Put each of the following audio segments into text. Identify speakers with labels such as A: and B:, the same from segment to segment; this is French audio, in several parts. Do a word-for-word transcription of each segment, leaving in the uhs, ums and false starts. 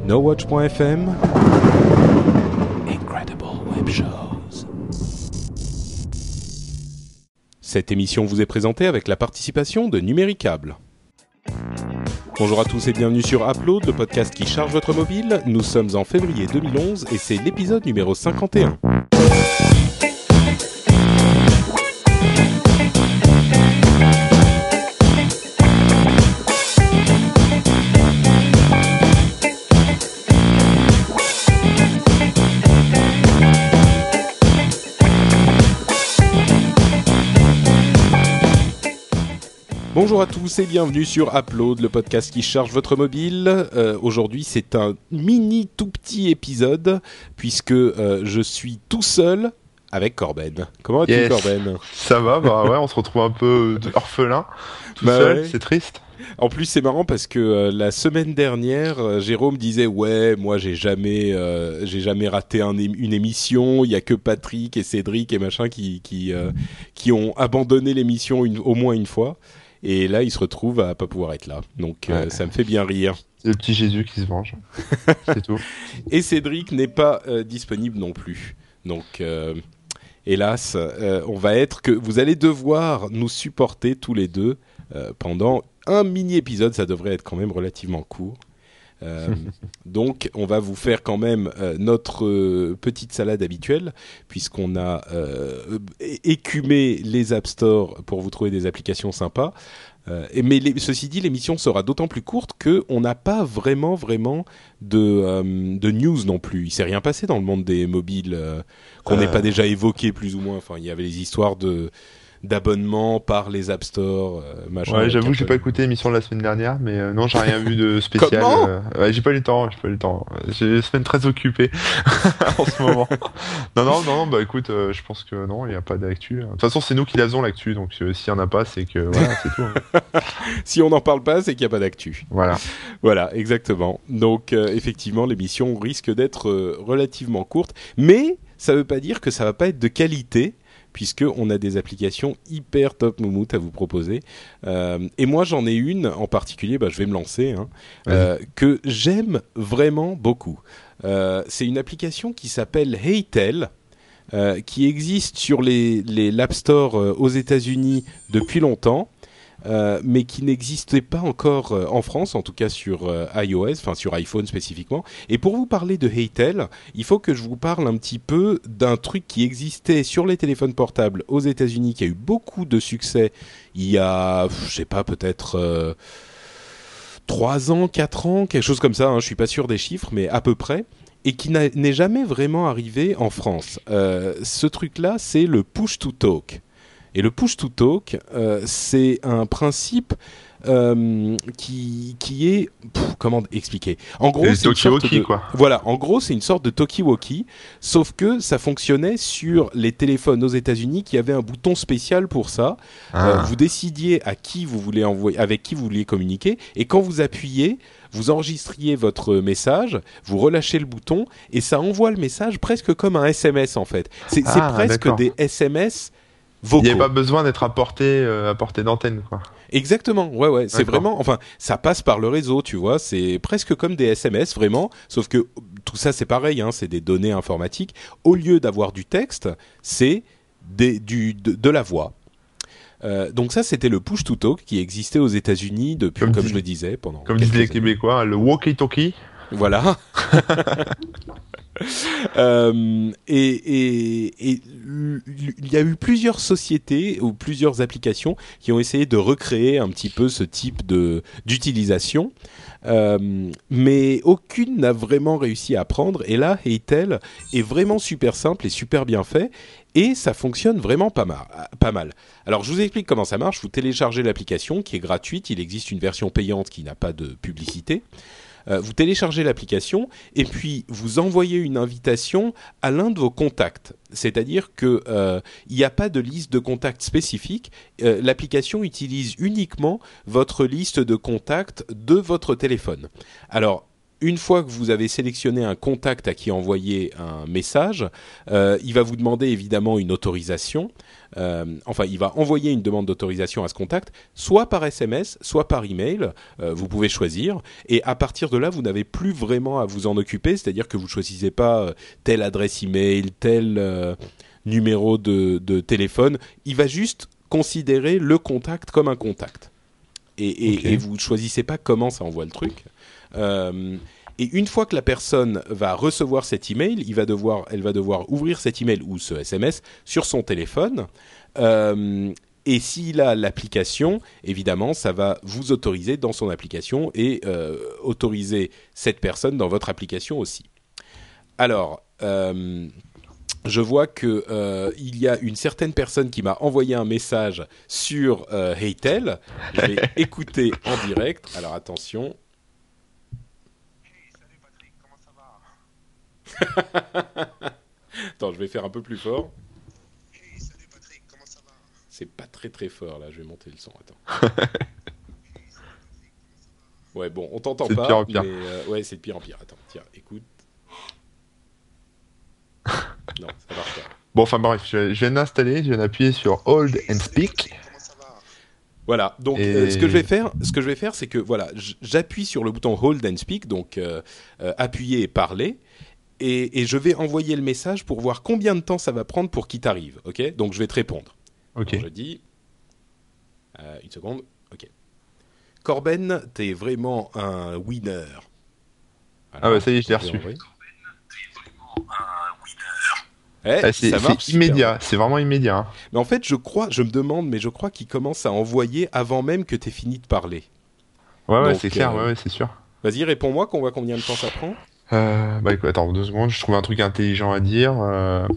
A: NoWatch point F M. Incredible Web Shows. Cette émission vous est présentée avec la participation de Numéricable. Bonjour à tous et bienvenue sur Upload, le podcast qui charge votre mobile. Nous sommes en février deux mille onze et c'est l'épisode numéro cinquante et un. Bonjour à tous et bienvenue sur Upload, le podcast qui charge votre mobile. Euh, aujourd'hui, c'est un mini tout petit épisode puisque euh, je suis tout seul avec Corben. Comment vas-tu, yes. Corben ?
B: Ça va, bah ouais, on se retrouve un peu orphelin, tout bah seul, ouais. C'est triste.
A: En plus, c'est marrant parce que euh, la semaine dernière, euh, Jérôme disait ouais, moi j'ai jamais, euh, j'ai jamais raté un é- une émission. Il y a que Patrick et Cédric et machin qui qui euh, qui ont abandonné l'émission une, au moins une fois. Et là, il se retrouve à pas pouvoir être là. Donc, ouais. euh, ça me fait bien rire.
B: C'est le petit Jésus qui se venge. C'est tout.
A: Et Cédric n'est pas euh, disponible non plus. Donc, euh, hélas, euh, on va être que vous allez devoir nous supporter tous les deux euh, pendant un mini-épisode. Ça devrait être quand même relativement court. Euh, donc on va vous faire quand même euh, notre euh, petite salade habituelle puisqu'on a euh, écumé les App Store pour vous trouver des applications sympas. Euh, et, mais les, ceci dit, l'émission sera d'autant plus courte qu'on n'a pas vraiment vraiment de, euh, de news non plus. Il s'est rien passé dans le monde des mobiles euh, qu'on n'ait euh... pas déjà évoqué plus ou moins. Enfin, il y avait les histoires de d'abonnement par les App Store, euh, machin.
B: Ouais, j'avoue que j'ai pas écouté l'émission de la semaine dernière, mais euh, non, j'ai rien vu de spécial.
A: Comment
B: euh, ouais, j'ai pas eu le temps, j'ai pas eu le temps. J'ai une semaine très occupée en ce moment. non, non, non, non, bah écoute, euh, je pense que non, il y a pas d'actu. De toute façon, c'est nous qui l'avons l'actu, donc euh, s'il y en a pas, c'est que voilà, c'est tout. Hein.
A: Si on n'en parle pas, c'est qu'il y a pas d'actu.
B: Voilà.
A: Voilà, exactement. Donc euh, effectivement, l'émission risque d'être euh, relativement courte, mais ça veut pas dire que ça va pas être de qualité. Puisqu'on a des applications hyper top moumoute à vous proposer. Euh, et moi, j'en ai une en particulier, bah, je vais me lancer, hein, euh, que j'aime vraiment beaucoup. Euh, c'est une application qui s'appelle Heytel, euh, qui existe sur les, les l'App Store euh, aux États-Unis depuis longtemps, euh, mais qui n'existait pas encore euh, en France, en tout cas sur euh, iOS, enfin sur iPhone spécifiquement. Et pour vous parler de Heytel, il faut que je vous parle un petit peu d'un truc qui existait sur les téléphones portables aux États-Unis, qui a eu beaucoup de succès il y a, je sais pas, peut-être euh, trois ans, quatre ans, quelque chose comme ça. Hein, je suis pas sûr des chiffres, mais à peu près. Et qui n'a, n'est jamais vraiment arrivé en France. Euh, ce truc-là, c'est le push-to-talk. Et le push-to-talk, euh, c'est un principe euh, qui qui est pff, comment expliquer. En gros,
B: c'est, c'est une sorte de quoi.
A: Voilà, en gros, c'est une sorte de talkie-walkie, sauf que ça fonctionnait sur les téléphones aux États-Unis qui avaient un bouton spécial pour ça. Ah. Euh, vous décidiez à qui vous voulez envoyer, avec qui vous vouliez communiquer, et quand vous appuyez, vous enregistriez votre message, vous relâchez le bouton et ça envoie le message presque comme un S M S en fait. C'est, ah, c'est presque d'accord. Des S M S. Vocaux.
B: Il n'y a pas besoin d'être à portée, euh, à portée d'antenne, quoi.
A: Exactement, ouais, ouais. C'est D'accord. vraiment, enfin, ça passe par le réseau, tu vois. C'est presque comme des S M S, vraiment. Sauf que tout ça, c'est pareil, hein. C'est des données informatiques. Au lieu d'avoir du texte, c'est des, du, de, de la voix. Euh, donc ça, c'était le push-to-talk qui existait aux États-Unis depuis, comme, comme dis, je le disais, pendant.
B: Comme disent les Québécois, le walkie-talkie.
A: Voilà. euh, et et et il y a eu plusieurs sociétés ou plusieurs applications qui ont essayé de recréer un petit peu ce type de d'utilisation, euh, mais aucune n'a vraiment réussi à prendre. Et là, Heytel est vraiment super simple et super bien fait. Et ça fonctionne vraiment pas mal, pas mal. Alors, je vous explique comment ça marche. Vous téléchargez l'application qui est gratuite. Il existe une version payante qui n'a pas de publicité. Euh, vous téléchargez l'application et puis vous envoyez une invitation à l'un de vos contacts. C'est-à-dire que euh, il n'y a pas de liste de contacts spécifique. Euh, l'application utilise uniquement votre liste de contacts de votre téléphone. Alors, une fois que vous avez sélectionné un contact à qui envoyer un message, euh, il va vous demander évidemment une autorisation. Euh, enfin, il va envoyer une demande d'autorisation à ce contact, soit par S M S, soit par email. Euh, vous pouvez choisir. Et à partir de là, vous n'avez plus vraiment à vous en occuper. C'est-à-dire que vous choisissez pas euh, telle adresse email, tel euh, numéro de, de téléphone. Il va juste considérer le contact comme un contact. Et, et, okay. et vous choisissez pas comment ça envoie le truc. Euh, et une fois que la personne va recevoir cet email, il va devoir, elle va devoir ouvrir cet email ou ce S M S sur son téléphone. Euh, et s'il a l'application, évidemment, ça va vous autoriser dans son application et euh, autoriser cette personne dans votre application aussi. Alors, euh, je vois que euh, il y a une certaine personne qui m'a envoyé un message sur euh, Heytel. Je vais écouter en direct. Alors attention. Attends, je vais faire un peu plus fort.
C: Hey, salut Patrick, comment ça va?
A: C'est pas très très fort là, je vais monter le son. Attends. Ouais, bon, on t'entend
B: c'est
A: pas.
B: De pire en pire.
A: Mais euh, ouais, c'est de pire en pire. Attends, tiens, écoute. Non, ça marche pas.
B: Bon, enfin bref, je, je viens d'installer, je viens d'appuyer sur Hold and Speak.
A: Voilà, donc
B: et...
A: euh, ce que je vais faire, ce que je vais faire, c'est que voilà, j'appuie sur le bouton Hold and Speak, donc euh, euh, appuyer et parler. Et, et je vais envoyer le message pour voir combien de temps ça va prendre pour qu'il t'arrive, ok ? Donc je vais te répondre.
B: Ok.
A: Donc, je dis euh, une seconde, ok. Corben, t'es vraiment un winner.
B: Alors, ah bah ça y est, je l'ai reçu.
C: Corben, t'es vraiment un winner.
A: Eh,
B: ah, c'est,
A: ça marche
B: c'est immédiat, c'est vraiment immédiat. Hein.
A: Mais en fait, je crois, je me demande, mais je crois qu'il commence à envoyer avant même que t'aies fini de parler.
B: Ouais,
A: Donc,
B: ouais, c'est clair,
A: euh,
B: ouais, ouais, c'est sûr.
A: Vas-y, réponds-moi, qu'on voit combien de temps ça prend.
B: Euh, bah écoute, attends, deux secondes, je trouve un truc intelligent à dire. Euh...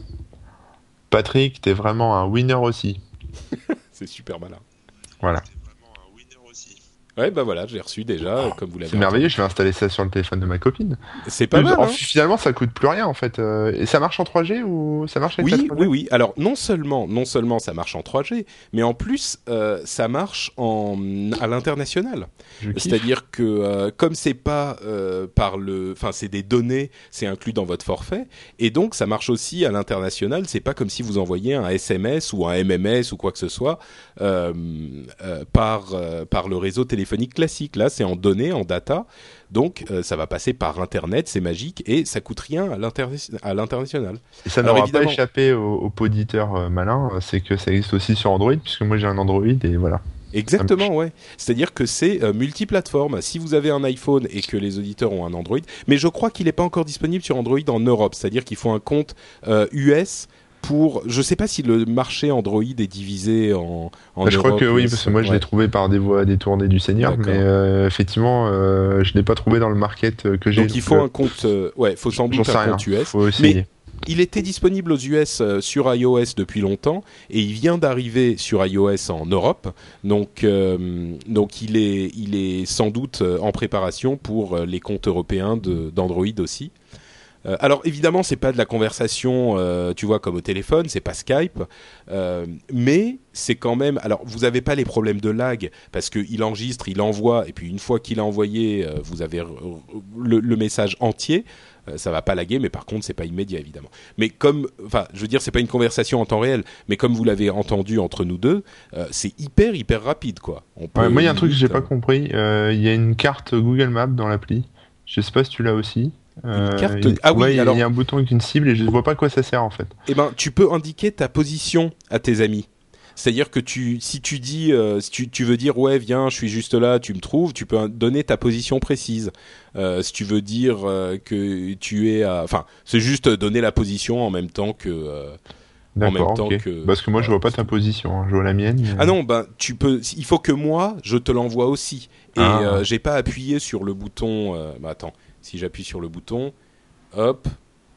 B: Patrick, t'es vraiment un winner aussi.
A: C'est super malin.
B: Voilà.
C: T'es vraiment un winner aussi.
A: Ouais, bah voilà, j'ai reçu déjà, oh, comme vous l'avez
B: C'est merveilleux, entendu. Je vais installer ça sur le téléphone de ma copine.
A: C'est pas
B: Plus,
A: mal,
B: en,
A: hein.
B: Finalement, ça coûte plus rien, en fait. Euh, et ça marche en trois G ou ça marche avec
A: Oui,
B: la trois G?
A: oui, oui. Alors, non seulement, non seulement ça marche en trois G, mais en plus, euh, ça marche en, à l'international. C'est-à-dire que, euh, comme c'est pas euh, par le... Enfin, c'est des données, c'est inclus dans votre forfait, et donc ça marche aussi à l'international. C'est pas comme si vous envoyiez un S M S ou un M M S ou quoi que ce soit euh, euh, par, euh, par le réseau téléphonique classique. Là, c'est en données, en data, donc euh, ça va passer par Internet, c'est magique, et ça coûte rien à, l'interna- à l'international.
B: Et ça n'aura évidemment... pas échappé aux, aux poditeurs euh, malins, c'est que ça existe aussi sur Android, puisque moi j'ai un Android, et voilà.
A: Exactement, ouais. C'est-à-dire que c'est euh, multiplateforme. Si vous avez un iPhone et que les auditeurs ont un Android, mais je crois qu'il n'est pas encore disponible sur Android en Europe, c'est-à-dire qu'il faut un compte euh, U S pour... Je ne sais pas si le marché Android est divisé en, en
B: bah, je
A: Europe.
B: crois que oui, parce que moi je ouais. l'ai trouvé par des voies détournées du Seigneur, D'accord. mais euh, effectivement, euh, je ne l'ai pas trouvé dans le market que j'ai.
A: Donc il faut euh, un compte... Euh, ouais, il faut sans doute un compte U S.
B: Faut essayer.
A: Mais il était disponible aux U S euh, sur iOS depuis longtemps et il vient d'arriver sur iOS en Europe. Donc, euh, donc il, est, il est sans doute euh, en préparation pour euh, les comptes européens de, d'Android aussi. Euh, alors évidemment, c'est pas de la conversation, euh, tu vois, comme au téléphone, c'est pas Skype, euh, mais c'est quand même. Alors, vous avez pas les problèmes de lag parce que il enregistre, il envoie, et puis une fois qu'il a envoyé, euh, vous avez le, le message entier. Euh, ça va pas laguer, mais par contre, c'est pas immédiat évidemment. Mais comme, enfin, je veux dire, c'est pas une conversation en temps réel, mais comme vous l'avez entendu entre nous deux, euh, c'est hyper hyper rapide, quoi.
B: On peut ouais, moi, il y a un truc que j'ai pas compris. Il euh, y a une carte Google Maps dans l'appli. Je sais pas si tu l'as aussi.
A: Une carte...
B: Euh,
A: ah oui,
B: ouais,
A: alors
B: il y a un bouton avec une cible et je ne vois pas à quoi ça sert en fait.
A: Eh ben, tu peux indiquer ta position à tes amis. C'est-à-dire que tu, si tu dis, euh, si tu, tu veux dire ouais viens, je suis juste là, tu me trouves, tu peux donner ta position précise. Euh, si tu veux dire euh, que tu es, à... enfin, c'est juste donner la position en même temps que. Euh,
B: D'accord.
A: En même temps
B: okay.
A: que.
B: Parce que moi je vois pas ta position, hein. Je vois la mienne. Mais...
A: Ah non, ben tu peux. Il faut que moi je te l'envoie aussi. Et
B: ah.
A: euh, j'ai pas appuyé sur le bouton. Euh, bah attends, si j'appuie sur le bouton. Hop,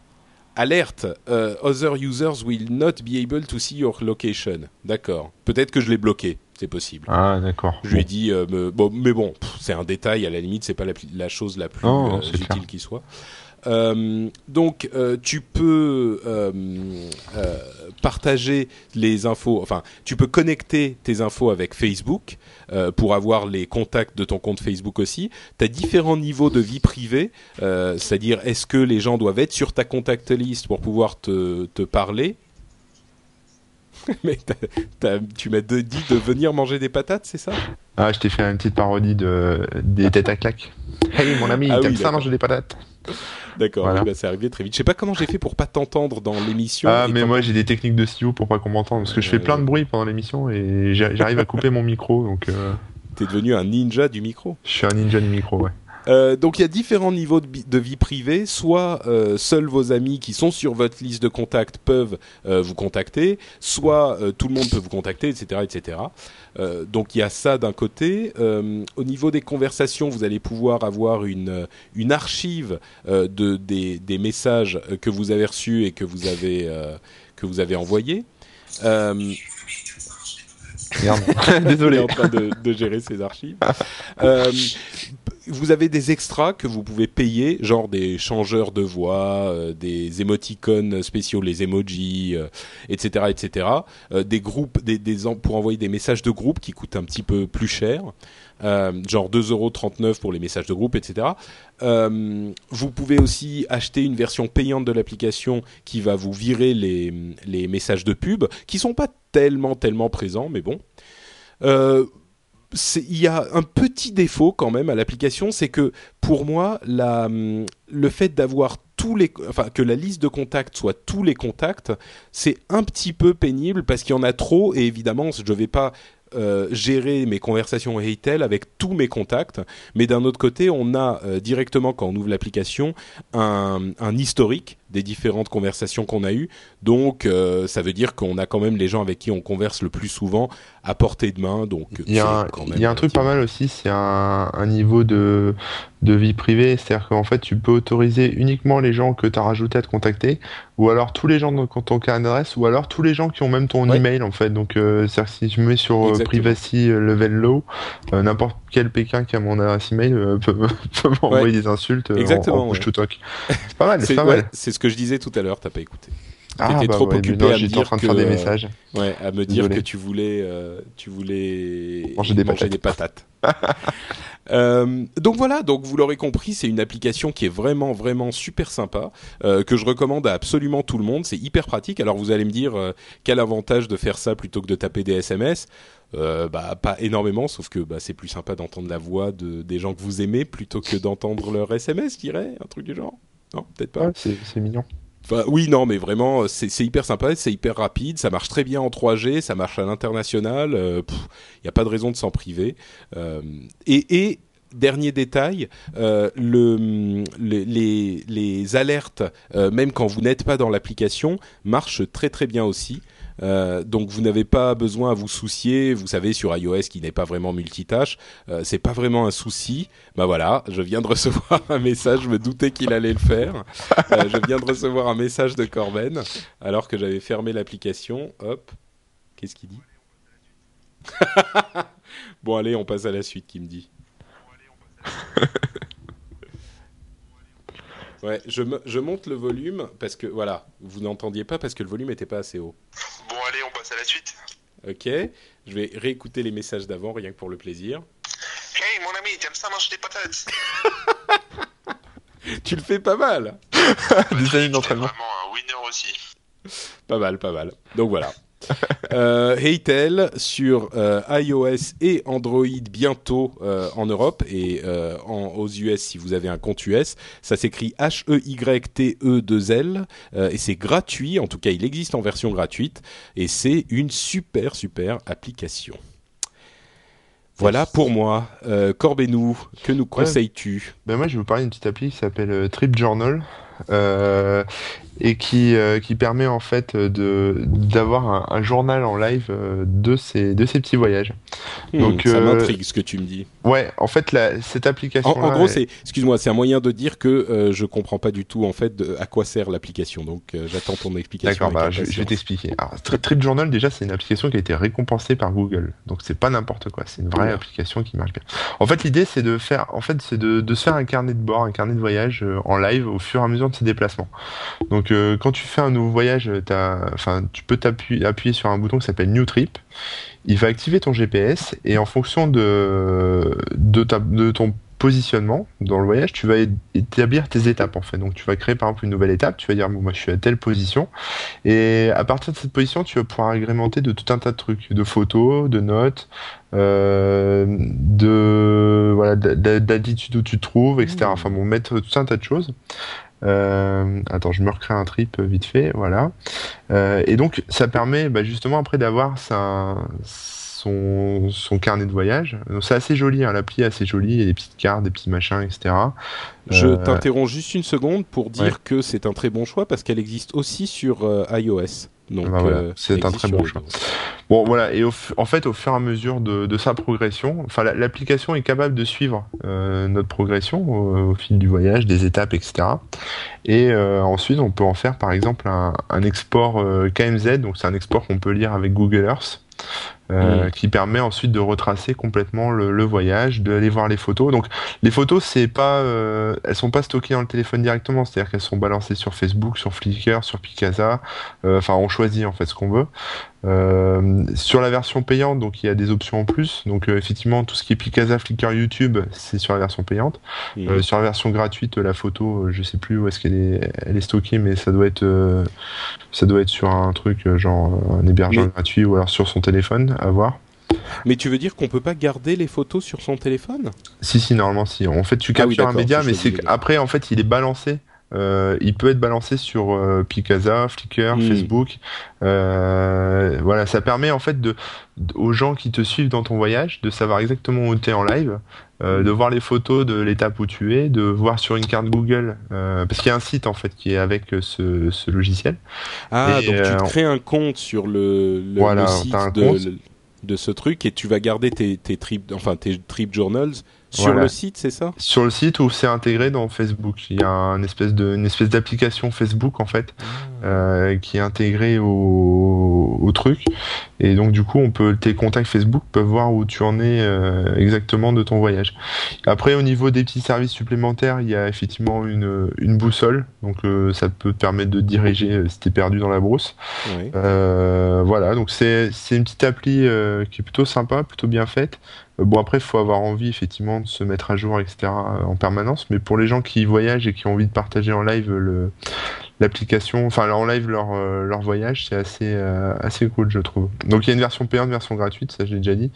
A: alerte, uh, other users will not be able to see your location. D'accord. Peut-être que je l'ai bloqué. c'est possible.
B: Ah, d'accord.
A: Je lui ai
B: Bon.
A: dit, euh, me- bon, mais bon, pff, c'est un détail, à la limite, c'est pas la, la chose la plus
B: Non,
A: euh,
B: c'est
A: utile
B: clair.
A: qui soit. Euh, donc, euh, tu peux euh, euh, partager les infos, enfin, tu peux connecter tes infos avec Facebook euh, pour avoir les contacts de ton compte Facebook aussi. Tu as différents niveaux de vie privée, euh, c'est-à-dire est-ce que les gens doivent être sur ta contact list pour pouvoir te, te parler. Mais t'as, t'as, tu m'as de- dit de venir manger des patates, c'est ça?
B: Ah, je t'ai fait une petite parodie de des têtes à claques. Hey, mon ami,
A: Ah
B: t'aimes
A: oui,
B: ça
A: d'accord.
B: manger des patates?
A: D'accord,
B: Voilà.
A: oui, bah, c'est arrivé très vite. Je sais pas comment j'ai fait pour pas t'entendre dans l'émission.
B: Ah,
A: et
B: mais
A: quand
B: moi
A: on-
B: j'ai des techniques de S E O pour pas qu'on m'entende, parce que je fais
A: Euh,
B: plein de bruit pendant l'émission et j'a- j'arrive à couper mon micro, donc euh,
A: T'es devenu un ninja du micro.
B: je suis un ninja du micro, ouais.
A: Euh, donc il y a différents niveaux de, bi- de vie privée. Soit euh, seuls vos amis qui sont sur votre liste de contacts peuvent euh, vous contacter, soit euh, tout le monde peut vous contacter, et cetera, et cetera. Euh, donc il y a ça d'un côté. Euh, au niveau des conversations, vous allez pouvoir avoir une une archive euh, de des, des messages euh, que vous avez reçus et que vous avez euh, que vous avez envoyés. Euh,
B: Merde.
A: Il est
B: Désolé.
A: en train de, de gérer ses archives. Euh, vous avez des extras que vous pouvez payer, genre des changeurs de voix, euh, des émoticônes spéciaux, les emojis, euh, et cetera, et cetera. Euh, des groupes, des, des en- pour envoyer des messages de groupe qui coûtent un petit peu plus cher, euh, genre deux euros trente-neuf pour les messages de groupe, et cetera. Euh, vous pouvez aussi acheter une version payante de l'application qui va vous virer les, les messages de pub, qui sont pas tellement tellement présents, mais bon. Euh, c'est- il y a un petit défaut quand même à l'application, c'est que pour moi, la, hum, le fait d'avoir tous les, enfin que la liste de contacts soit tous les contacts, c'est un petit peu pénible parce qu'il y en a trop et évidemment, je vais pas euh, gérer mes conversations Heytel avec tous mes contacts, mais d'un autre côté, on a euh, directement quand on ouvre l'application un, un historique des différentes conversations qu'on a eues. Donc, euh, ça veut dire qu'on a quand même les gens avec qui on converse le plus souvent à portée de main. Donc,
B: Il y a
A: c'est
B: un,
A: quand même
B: il y a un truc pas mal aussi, c'est un, un niveau de, de vie privée, c'est-à-dire qu'en fait tu peux autoriser uniquement les gens que tu as rajouté à te contacter, ou alors tous les gens dans ton carnet d'adresse, ou alors tous les gens qui ont même ton
A: Ouais.
B: email en fait. Donc euh, c'est-à-dire que si tu me mets sur euh,
A: Exactement.
B: privacy euh, level low, euh, n'importe quel Pékin qui a mon adresse email euh, peut, peut m'envoyer
A: Ouais.
B: des insultes euh,
A: Exactement,
B: en, en push
A: ouais.
B: to talk. C'est pas mal, c'est
A: C'est,
B: pas
A: ouais,
B: mal.
A: c'est ce que je disais tout à l'heure, t'as pas écouté.
B: Ah
A: T'étais
B: bah
A: trop
B: ouais,
A: occupé
B: non,
A: à me
B: j'étais en
A: dire
B: train de
A: que,
B: faire des
A: euh,
B: messages.
A: Ouais, à me dire
B: Désolé.
A: que tu voulais, euh, tu voulais
B: Manger des
A: manger
B: patates.
A: des patates. Euh, donc voilà, donc vous l'aurez compris, c'est une application qui est vraiment vraiment super sympa, euh, que je recommande à absolument tout le monde. C'est hyper pratique. Alors vous allez me dire euh, quel avantage de faire ça plutôt que de taper des S M S. Euh, bah pas énormément, sauf que bah c'est plus sympa d'entendre la voix de des gens que vous aimez plutôt que d'entendre leur S M S, je dirais, un truc du genre. Non, peut-être pas.
B: Ouais, c'est c'est mignon.
A: Enfin, oui, non, mais vraiment, c'est, c'est hyper sympa, c'est hyper rapide, ça marche très bien en trois G, ça marche à l'international, il euh, n'y a pas de raison de s'en priver. Euh, et, et dernier détail, euh, le, les, les, les alertes, euh, même quand vous n'êtes pas dans l'application, marchent très très bien aussi. Euh, donc vous n'avez pas besoin à vous soucier. Vous savez, sur iOS qui n'est pas vraiment multitâche, euh, c'est pas vraiment un souci. Bah voilà, je viens de recevoir un message. Je me doutais qu'il allait le faire. Euh, je viens de recevoir un message de Corben alors que j'avais fermé l'application. Hop, qu'est-ce qu'il dit? Bon allez, on passe à la suite. Qui me dit? Ouais, je, me, je monte le volume parce que voilà, vous n'entendiez pas parce que le volume était pas assez haut.
C: Bon, allez, on passe à la suite.
A: Ok, je vais réécouter les messages d'avant, rien que pour le plaisir.
C: Hey, mon ami, t'aimes ça manger des patates?
A: Tu le fais pas mal.
B: Des années
C: T'es
B: d'entraînement.
C: vraiment un winner aussi.
A: Pas mal, pas mal. Donc voilà. euh, Heytel sur euh, iOS et Android bientôt euh, en Europe et euh, en, aux U S si vous avez un compte U S. Ça s'écrit H E Y T E deux L euh, et c'est gratuit. En tout cas, il existe en version gratuite et c'est une super super application. Voilà pour moi. Euh, Corbenou, que nous conseilles-tu?
B: Ben moi je vais vous parler d'une petite appli qui s'appelle euh, Trip Journal. euh, et qui euh, qui permet en fait de d'avoir un, un journal en live euh, de ces de ces petits voyages.
A: Hmm,
B: Donc
A: ça
B: euh,
A: m'intrigue ce que tu me dis.
B: ouais, en fait la, cette
A: En,
B: application
A: en
B: là,
A: gros, c'est, excuse-moi, c'est un moyen de dire que euh, je comprends pas du tout en fait de, à quoi sert l'application. Donc, euh, j'attends ton explication.
B: d'accord,
A: avec
B: bah je, je vais
A: impatience.
B: t'expliquer. Alors, Tri- Trip Journal déjà c'est une application qui a été récompensée par Google, donc c'est pas n'importe quoi, c'est une vraie
A: Oula.
B: application qui marche bien. En fait l'idée c'est de faire, en fait c'est de, de se faire un carnet de bord, un carnet de voyage euh, en live au fur et à mesure de ses déplacements. Donc euh, quand tu fais un nouveau voyage, t'as, enfin tu peux t'appuyer appuyer sur un bouton qui s'appelle New Trip. Il va activer ton G P S et en fonction de de, ta, de ton positionnement dans le voyage, tu vas é- établir tes étapes en fait. Donc tu vas créer par exemple une nouvelle étape, tu vas dire bon moi je suis à telle position et à partir de cette position tu vas pouvoir agrémenter de tout un tas de trucs, de photos, de notes, euh, de voilà d- d- d'altitude où tu te trouves, et cetera. Enfin bon mettre tout un tas de choses. Euh, attends, je me recrée un trip euh, vite fait, voilà. Euh, et donc, ça permet bah, justement après d'avoir sa, son, son carnet de voyage. Donc, c'est assez joli, hein, l'appli est assez jolie, il y a des petites cartes, des petits machins, et cetera.
A: Je
B: Euh,
A: t'interromps juste une seconde pour dire
B: ouais,
A: que c'est un très bon choix parce qu'elle existe aussi sur euh, iOS. Donc,
B: bah voilà,
A: euh, elle
B: c'est un
A: existe
B: très
A: sur
B: bon
A: les
B: choix.
A: deux.
B: Bon, voilà, et au f- en fait, au fur et à mesure de, de sa progression, enfin, la- l'application est capable de suivre euh, notre progression au, au fil du voyage, des étapes, et cetera. Et euh, ensuite, on peut en faire, par exemple, un, un export euh, K M Z, donc c'est un export qu'on peut lire avec Google Earth. Euh,
A: Hmm.
B: qui permet ensuite de retracer complètement le, le voyage, d'aller voir les photos. Donc les photos, c'est pas, euh, elles sont pas stockées dans le téléphone directement, c'est-à-dire qu'elles sont balancées sur Facebook, sur Flickr, sur Picasa. Euh, Enfin, on choisit en fait ce qu'on veut. Euh, sur la version payante, donc il y a des options en plus. Donc euh, effectivement, tout ce qui est Picasa, Flickr, YouTube, c'est sur la version payante.
A: Hmm.
B: Euh, sur la version gratuite, la photo, euh, je sais plus où est-ce qu'elle est, elle est stockée, mais ça doit être, euh, ça doit être sur un truc euh, genre euh, un hébergeur
A: Mais,
B: gratuit ou alors sur son téléphone, à voir.
A: mais tu veux dire qu'on peut pas garder les photos sur son téléphone?
B: Si, si, normalement, si. En fait, tu
A: Ah oui,
B: captures un
A: d'accord,
B: média,
A: tu
B: mais
A: choisis
B: c'est
A: les deux.
B: qu'après, en fait, il est balancé. Euh, il peut être balancé sur euh, Picasa, Flickr,
A: Hmm.
B: Facebook. Euh, voilà, ça permet en fait de, d- aux gens qui te suivent dans ton voyage de savoir exactement où tu es en live, euh, de voir les photos de l'étape où tu es, de voir sur une carte Google, euh, parce qu'il y a un site en fait qui est avec euh, ce, ce logiciel.
A: Ah,
B: Et
A: donc tu
B: euh,
A: te crées un compte sur le, le, le
B: voilà, t'as un
A: site de,
B: compte.
A: le- de ce truc et tu vas garder tes, tes trip, enfin tes trip journals sur le
B: Voilà.
A: site, c'est ça?
B: Sur le site où c'est intégré dans Facebook, il y a un espèce de, une espèce d'application Facebook en fait
A: Ah.
B: euh, qui est intégrée au, au truc, et donc du coup on peut, tes contacts Facebook peuvent voir où tu en es euh, exactement de ton voyage. Après au niveau des petits services supplémentaires, il y a effectivement une, une boussole, donc euh, ça peut te permettre de diriger euh, si t'es perdu dans la brousse.
A: Ouais.
B: Euh, voilà, donc c'est c'est une petite appli euh, qui est plutôt sympa, plutôt bien faite. Euh, Bon après, il faut avoir envie effectivement de se mettre à jour, et cetera euh, en permanence. Mais pour les gens qui voyagent et qui ont envie de partager en live le l'application, enfin en live leur euh, leur voyage, c'est assez euh, assez cool, je trouve. Donc il y a une version payante, une version gratuite, ça je l'ai déjà dit.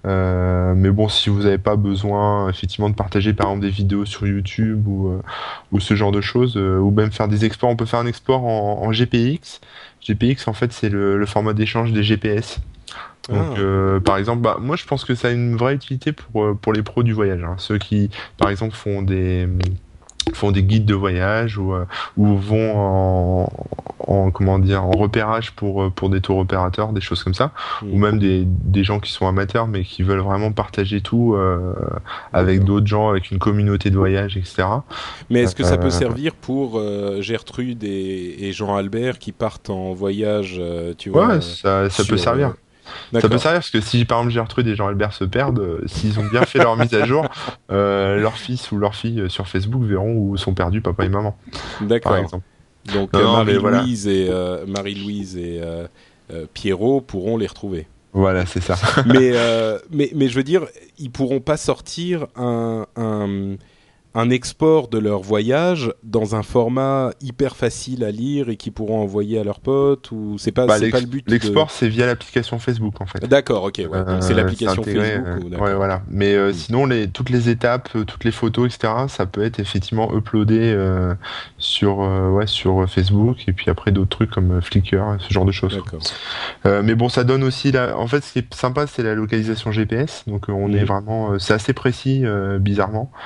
B: Euh, mais bon, si vous n'avez pas besoin effectivement de partager par exemple des vidéos sur YouTube ou euh, ou ce genre de choses, euh, ou même faire des exports, on peut faire un export en, en G P X. G P X en fait c'est le, le format d'échange des G P S. Donc,
A: Ah.
B: euh, par exemple, bah, moi, je pense que ça a une vraie utilité pour euh, pour les pros du voyage, hein. Ceux qui, par exemple, font des font des guides de voyage ou euh, ou vont en, en comment dire en repérage pour euh, pour des tours opérateurs, des choses comme ça,
A: Hmm.
B: ou même des des gens qui sont amateurs mais qui veulent vraiment partager tout euh, avec
A: D'accord.
B: d'autres gens, avec une communauté de voyage, et cetera.
A: Mais est-ce que ça peut
B: Euh,
A: servir pour euh, Gertrude et, et Jean-Albert qui partent en voyage, euh, tu vois,
B: ouais,
A: euh,
B: ça ça peut
A: sur... euh,
B: servir. Ça peut
A: D'accord,
B: servir parce que si par exemple Gertrude et Jean-Albert se perdent, euh, s'ils ont bien fait leur mise à jour, euh, leur fils ou leur fille euh, sur Facebook verront où sont perdus papa et maman, par
A: d'accord.
B: exemple.
A: Donc
B: Non,
A: euh,
B: non, mais voilà.
A: Marie-Louise et, euh, Marie-Louise et euh, euh, Pierrot pourront les retrouver.
B: Voilà, c'est ça.
A: Mais, euh, mais, mais je veux dire, ils pourront pas sortir un, un, un export de leur voyage dans un format hyper facile à lire et qu'ils pourront envoyer à leurs potes, ou c'est pas
B: Bah,
A: c'est pas
B: l'ex-
A: le but de...
B: l'export, c'est via l'application Facebook en fait.
A: D'accord, ok, ouais. Donc c'est
B: Euh,
A: l'application
B: c'est intégré,
A: Facebook.
B: euh,
A: Ou,
B: ouais,
A: d'accord.
B: voilà. Mais euh,
A: Hmm.
B: sinon, les, toutes les étapes, euh, toutes les photos, et cetera, ça peut être effectivement uploadé euh, sur, euh, ouais, sur Facebook et puis après d'autres trucs comme euh, Flickr, ce genre de choses.
A: D'accord.
B: Euh, mais bon, ça donne aussi la. En fait, ce qui est sympa, c'est la localisation G P S. Donc, euh, on est
A: Mhm.
B: vraiment. euh, c'est assez précis, euh, bizarrement.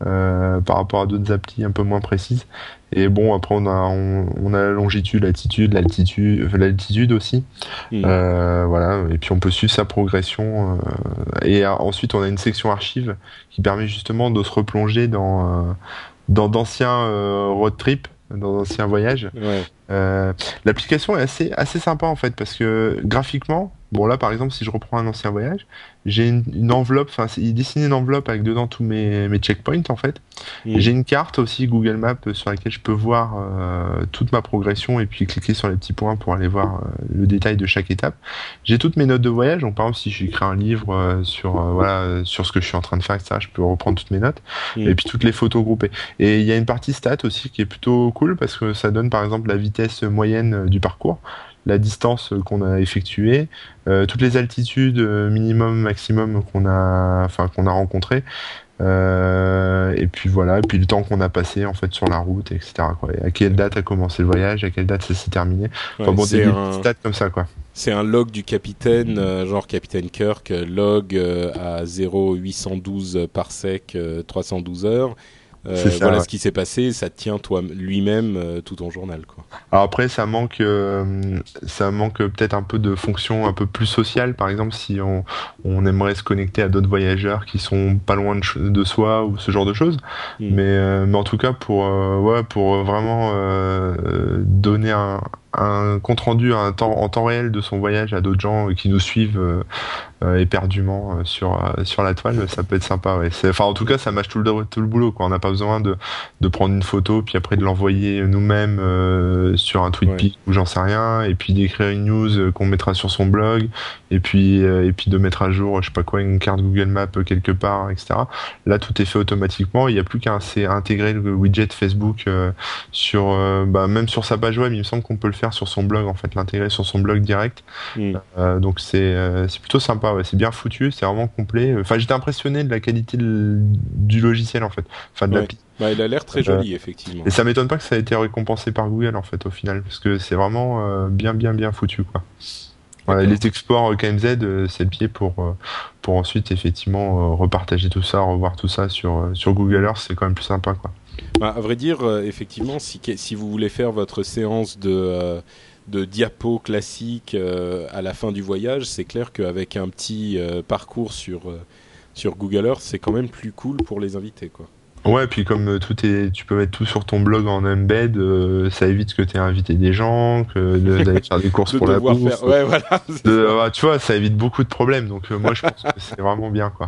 B: euh, par rapport à d'autres applis un peu moins précises. Et bon, après on a on, on a la longitude, latitude, l'altitude, l'altitude aussi.
A: Mmh.
B: Euh, voilà. Et puis on peut suivre sa progression. Euh, et euh, ensuite on a une section archive qui permet justement de se replonger dans euh, dans d'anciens euh, road trips, dans d'anciens voyages.
A: Ouais.
B: Euh, l'application est assez assez sympa en fait parce que graphiquement, bon là par exemple si je reprends un ancien voyage, j'ai une, une enveloppe, enfin il dessine une enveloppe avec dedans tous mes mes checkpoints en fait.
A: Mmh.
B: Et j'ai une carte aussi Google Maps sur laquelle je peux voir euh, toute ma progression et puis cliquer sur les petits points pour aller voir euh, le détail de chaque étape. J'ai toutes mes notes de voyage, donc par exemple si j'écris un livre euh, sur euh, voilà euh, sur ce que je suis en train de faire, et cetera, je peux reprendre toutes mes notes
A: Mmh.
B: et puis toutes les photos groupées. Et il y a une partie stats aussi qui est plutôt cool parce que ça donne par exemple la vitesse moyenne du parcours, la distance qu'on a effectuée, euh, toutes les altitudes euh, minimum, maximum qu'on a, enfin qu'on a rencontrées, euh, et puis voilà, et puis le temps qu'on a passé en fait sur la route, et cetera. Quoi. Et à quelle date a commencé le voyage, à quelle date ça s'est terminé. Enfin
A: Ouais,
B: bon,
A: c'est
B: des, des
A: un-
B: petites stats comme ça quoi.
A: C'est un log du capitaine, euh, genre capitaine Kirk, euh, log euh, à zéro huit cent douze parsec, euh, trois cent douze heures. Euh,
B: C'est ça,
A: voilà
B: ouais.
A: ce qui s'est passé, ça tient toi lui-même euh, tout ton journal, quoi.
B: Alors après, ça manque, euh, ça manque peut-être un peu de fonction un peu plus sociale. Par exemple, si on, on aimerait se connecter à d'autres voyageurs qui sont pas loin de, ch- de soi ou ce genre de choses.
A: Mm.
B: Mais, euh, mais en tout cas, pour, euh, ouais, pour vraiment euh, donner un, un compte rendu à un temps, en temps réel de son voyage à d'autres gens qui nous suivent euh, euh, éperdument euh, sur euh, sur la toile, ça peut être sympa. Ouais. C'est, enfin, en tout cas, ça mâche tout le tout le boulot. Quoi. On n'a pas besoin de de prendre une photo puis après de l'envoyer nous-mêmes euh, sur un TweetPic ou j'en sais rien, et puis d'écrire une news euh, qu'on mettra sur son blog, et puis euh, et puis de mettre à jour, je sais pas quoi, une carte Google Maps euh, quelque part, et cetera. Là, tout est fait automatiquement. Il n'y a plus qu'à c'est intégrer le widget Facebook euh, sur euh, bah, même sur sa page web. Il me semble qu'on peut le faire sur son blog en fait, l'intégrer sur son blog direct.
A: Mm.
B: Euh, donc c'est euh, c'est plutôt sympa. Ouais. C'est bien foutu, c'est vraiment complet. Enfin, j'étais impressionné de la qualité de- du logiciel en fait, enfin de
A: Ouais.
B: l'appli.
A: Bah, il a l'air très
B: Euh,
A: joli, effectivement.
B: Et ça m'étonne pas que ça ait été récompensé par Google en fait au final, parce que c'est vraiment euh, bien bien bien foutu quoi. Voilà,
A: D'accord.
B: les exports K M Z, euh, c'est le pied pour euh, pour ensuite effectivement euh, repartager tout ça, revoir tout ça sur euh, sur Google Earth, c'est quand même plus sympa quoi.
A: Bah, à vrai dire, euh, effectivement, si, que- si vous voulez faire votre séance de, euh, de diapo classique euh, à la fin du voyage, c'est clair qu'avec un petit euh, parcours sur, euh, sur Google Earth, c'est quand même plus cool pour les invités, quoi.
B: Ouais, puis comme euh, tout est, tu peux mettre tout sur ton blog en embed, euh, ça évite que tu aies invité des gens, que de- d'aller faire des courses
A: De
B: pour la
A: devoir
B: bouffe.
A: faire... Ouais, voilà. c'est
B: De-
A: ça.
B: ouais, tu vois, ça évite beaucoup de problèmes. Donc euh, moi, je pense que c'est vraiment bien quoi.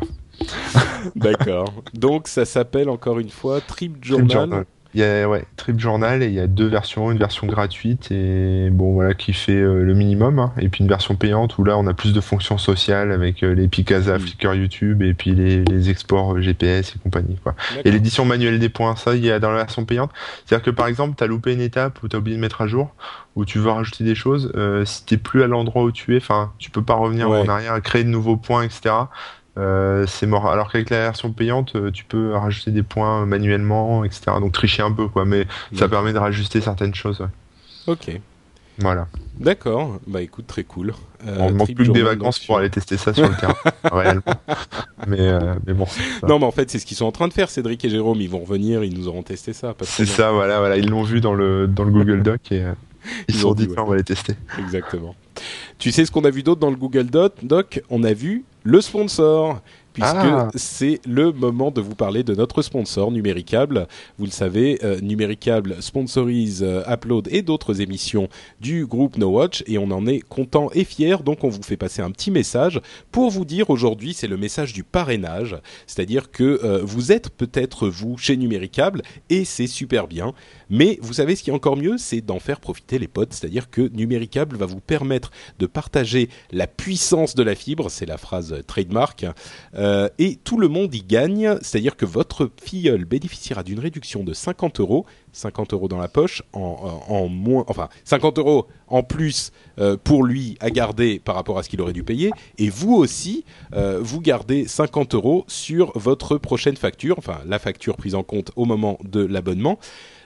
A: D'accord. Donc, ça s'appelle, encore une fois, Trip
B: Trip
A: Journal.
B: Journal. Il y a ouais, Trip Journal et il y a deux versions, une version gratuite et bon voilà qui fait euh, le minimum hein, et puis une version payante où là on a plus de fonctions sociales avec euh, les Picasa,
A: Mm.
B: Flickr, YouTube et puis les, les exports euh, G P S et compagnie quoi. Et
A: D'accord.
B: l'édition manuelle des points, ça il y a dans la version payante. C'est-à-dire que par exemple t'as loupé une étape ou t'as oublié de mettre à jour ou tu veux rajouter des choses, euh, si t'es plus à l'endroit où tu es, enfin tu peux pas revenir
A: Ouais.
B: en arrière, créer de nouveaux points, et cetera. Euh, c'est mort. Alors qu'avec la version payante, euh, tu peux rajouter des points manuellement, et cetera. Donc tricher un peu, quoi. Mais ça
A: Mm.
B: permet de rajuster certaines choses. Ouais.
A: Ok.
B: Voilà.
A: D'accord. Bah, écoute, très cool. Euh,
B: On manque
A: Trip
B: plus que des
A: Journal,
B: vacances
A: donc,
B: pour
A: sur-
B: aller tester ça sur le terrain, réellement. Mais, euh, mais bon. ça.
A: Non, mais en fait, c'est ce qu'ils sont en train de faire, Cédric et Jérôme. Ils vont revenir, ils nous auront testé ça. Pas de
B: C'est
A: problème.
B: ça, voilà, voilà. Ils l'ont vu dans le dans le Google Doc et euh, ils
A: Ils
B: se sont
A: ont
B: dit,
A: dit, ouais.
B: tiens, on va les tester.
A: Exactement. Tu sais ce qu'on a vu d'autre dans le Google Doc Doc On a vu le sponsor, puisque
B: Ah.
A: c'est le moment de vous parler de notre sponsor, Numéricable. Vous le savez, euh, Numéricable sponsorise euh, Upload et d'autres émissions du groupe No Watch, et on en est content et fier. Donc on vous fait passer un petit message pour vous dire aujourd'hui, c'est le message du parrainage, c'est-à-dire que euh, vous êtes peut-être vous chez Numéricable, et c'est super bien. Mais vous savez ce qui est encore mieux, c'est d'en faire profiter les potes, c'est-à-dire que Numéricable va vous permettre de partager la puissance de la fibre, c'est la phrase euh, trademark, euh, et tout le monde y gagne, c'est-à-dire que votre filleul bénéficiera d'une réduction de cinquante euros, cinquante euros dans la poche, en, en, en moins, enfin cinquante euros en plus euh, pour lui à garder par rapport à ce qu'il aurait dû payer, et vous aussi, euh, vous gardez cinquante euros sur votre prochaine facture, enfin la facture prise en compte au moment de l'abonnement.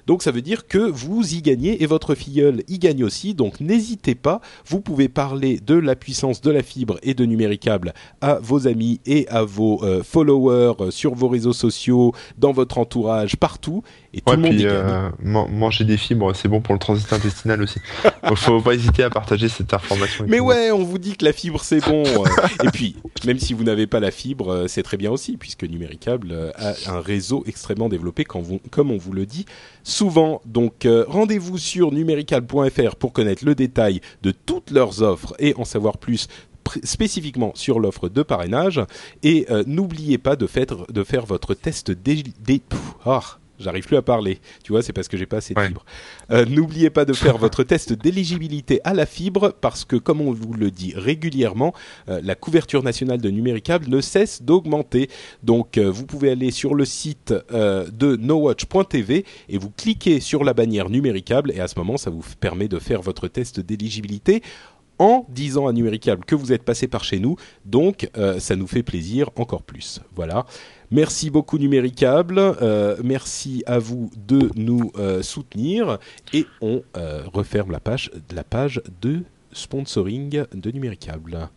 A: Donc ça veut dire que vous y gagnez et votre filleul y gagne aussi. Donc n'hésitez pas, vous pouvez parler de la puissance de la fibre et de Numéricable à vos amis et à vos euh, followers euh, sur vos réseaux sociaux, dans votre entourage, partout. Et tout
B: Ouais,
A: le monde
B: puis
A: y gagne.
B: euh, man- manger des fibres, c'est bon pour le transit intestinal aussi. Donc, faut pas hésiter à partager cette information. avec
A: Mais
B: tout le monde.
A: ouais, on vous dit que la fibre c'est bon. euh. Et puis, même si vous n'avez pas la fibre, euh, c'est très bien aussi, puisque Numéricable euh, a un réseau extrêmement développé, quand vous- comme on vous le dit souvent. Donc, euh, rendez-vous sur numéricable point f r pour connaître le détail de toutes leurs offres et en savoir plus pr- spécifiquement sur l'offre de parrainage. Et euh, n'oubliez pas de faire, de faire votre test dé... dé- Pff, ah, j'arrive plus à parler. Tu vois, c'est parce que j'ai pas assez de
B: Ouais.
A: fibre. Euh, n'oubliez pas de faire votre test d'éligibilité à la fibre parce que, comme on vous le dit régulièrement, euh, la couverture nationale de Numéricable ne cesse d'augmenter. Donc, euh, vous pouvez aller sur le site euh, de nowatch point t v et vous cliquez sur la bannière Numéricable et à ce moment, ça vous f- permet de faire votre test d'éligibilité en disant à Numéricable que vous êtes passé par chez nous. Donc, euh, ça nous fait plaisir encore plus. Voilà. Merci beaucoup Numéricable, euh, merci à vous de nous euh, soutenir et on euh, referme la page, la page de sponsoring de Numéricable.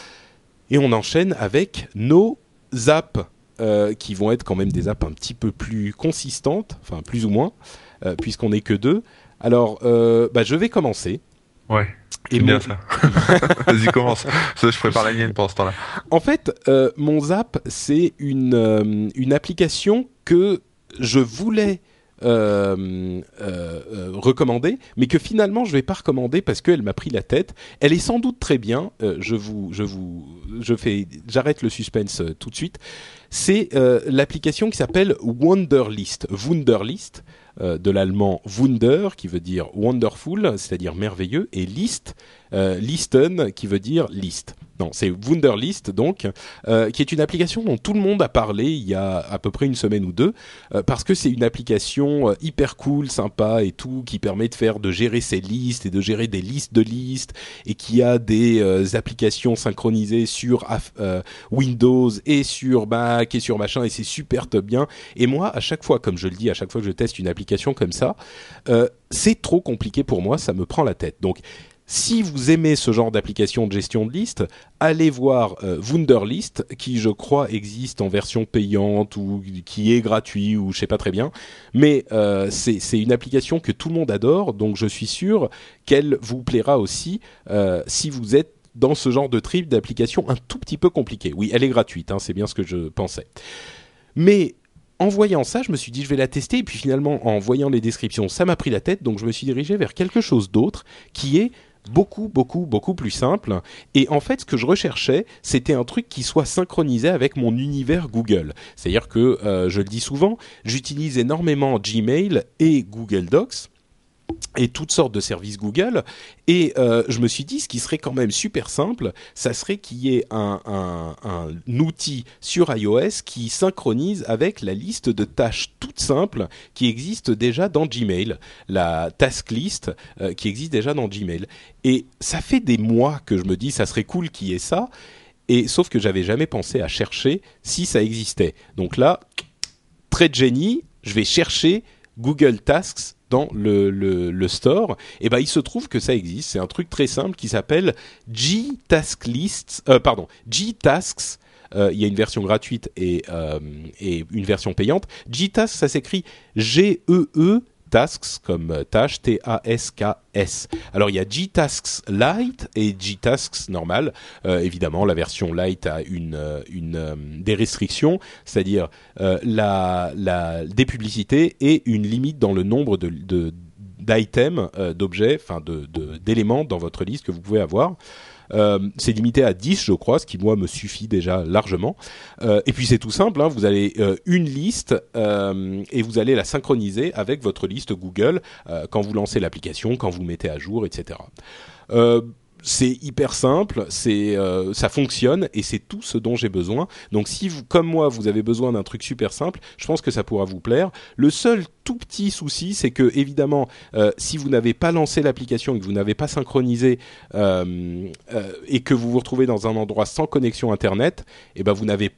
A: Et on enchaîne avec nos apps euh, qui vont être quand même des apps un petit peu plus consistantes, enfin plus ou moins, euh, puisqu'on n'est que deux. Alors, euh, bah, je vais commencer.
B: Ouais.
A: Et
B: C'est bien
A: mon-
B: ça. Vas-y, commence. Ça, je prépare la mienne pendant ce temps-là.
A: En fait, euh, mon Zap, c'est une, euh, une application que je voulais euh, euh, euh, recommander, mais que finalement je vais pas recommander parce qu'elle m'a pris la tête. Elle est sans doute très bien. Euh, je vous, je vous, je fais, j'arrête le suspense euh, tout de suite. C'est euh, l'application qui s'appelle Wunderlist. Wunderlist, euh, de l'allemand Wunder, qui veut dire wonderful, c'est-à-dire merveilleux, et List, euh, Listen, qui veut dire liste. Non, c'est Wunderlist, donc, euh, qui est une application dont tout le monde a parlé il y a à peu près une semaine ou deux, euh, parce que c'est une application euh, hyper cool, sympa et tout, qui permet de faire, de gérer ses listes et de gérer des listes de listes, et qui a des euh, applications synchronisées sur euh, Windows et sur Mac et sur machin, et c'est super top bien. Et moi, à chaque fois, comme je le dis, à chaque fois que je teste une application comme ça, euh, c'est trop compliqué pour moi, ça me prend la tête. Donc, si vous aimez ce genre d'application de gestion de liste, allez voir euh, Wunderlist, qui je crois existe en version payante ou qui est gratuit ou je sais pas très bien. Mais euh, c'est, c'est une application que tout le monde adore, donc je suis sûr qu'elle vous plaira aussi euh, si vous êtes dans ce genre de trip d'application un tout petit peu compliqué. Oui, elle est gratuite, hein, c'est bien ce que je pensais. Mais en voyant ça, je me suis dit je vais la tester, et puis finalement en voyant les descriptions, ça m'a pris la tête, donc je me suis dirigé vers quelque chose d'autre qui est beaucoup, beaucoup, beaucoup plus simple. Et en fait, ce que je recherchais, c'était un truc qui soit synchronisé avec mon univers Google. C'est-à-dire que, euh, je le dis souvent, j'utilise énormément Gmail et Google Docs, et toutes sortes de services Google, et euh, je me suis dit ce qui serait quand même super simple, ça serait qu'il y ait un, un, un outil sur iOS qui synchronise avec la liste de tâches toutes simples qui existe déjà dans Gmail, la task list euh, qui existe déjà dans Gmail. Et ça fait des mois que je me dis ça serait cool qu'il y ait ça, et sauf que j'avais jamais pensé à chercher si ça existait. Donc là, trait de génie, je vais chercher Google Tasks dans le, le, le store, et ben il se trouve que ça existe. C'est un truc très simple qui s'appelle G-Task euh, pardon, G-Tasks. Euh, il y a une version gratuite et, euh, et une version payante. G-Tasks, ça s'écrit G E E Tasks comme tâche, T A S K S. Alors il y a G-Tasks Lite et G-Tasks normal. Euh, évidemment, la version Lite a une, une, euh, des restrictions, c'est-à-dire euh, la, la, des publicités et une limite dans le nombre de, de, d'items, euh, d'objets, enfin de, de, d'éléments dans votre liste que vous pouvez avoir. Euh, c'est limité à dix, je crois, ce qui moi me suffit déjà largement. Euh, et puis c'est tout simple, hein, vous avez euh, une liste euh, et vous allez la synchroniser avec votre liste Google euh, quand vous lancez l'application, quand vous le mettez à jour, et cetera. Euh, c'est hyper simple, c'est euh, ça fonctionne et c'est tout ce dont j'ai besoin. Donc si vous, comme moi, vous avez besoin d'un truc super simple, je pense que ça pourra vous plaire. Le seul tout petit souci, c'est que évidemment, euh, si vous n'avez pas lancé l'application et que vous n'avez pas synchronisé euh, euh, et que vous vous retrouvez dans un endroit sans connexion internet, eh ben vous n'avez pas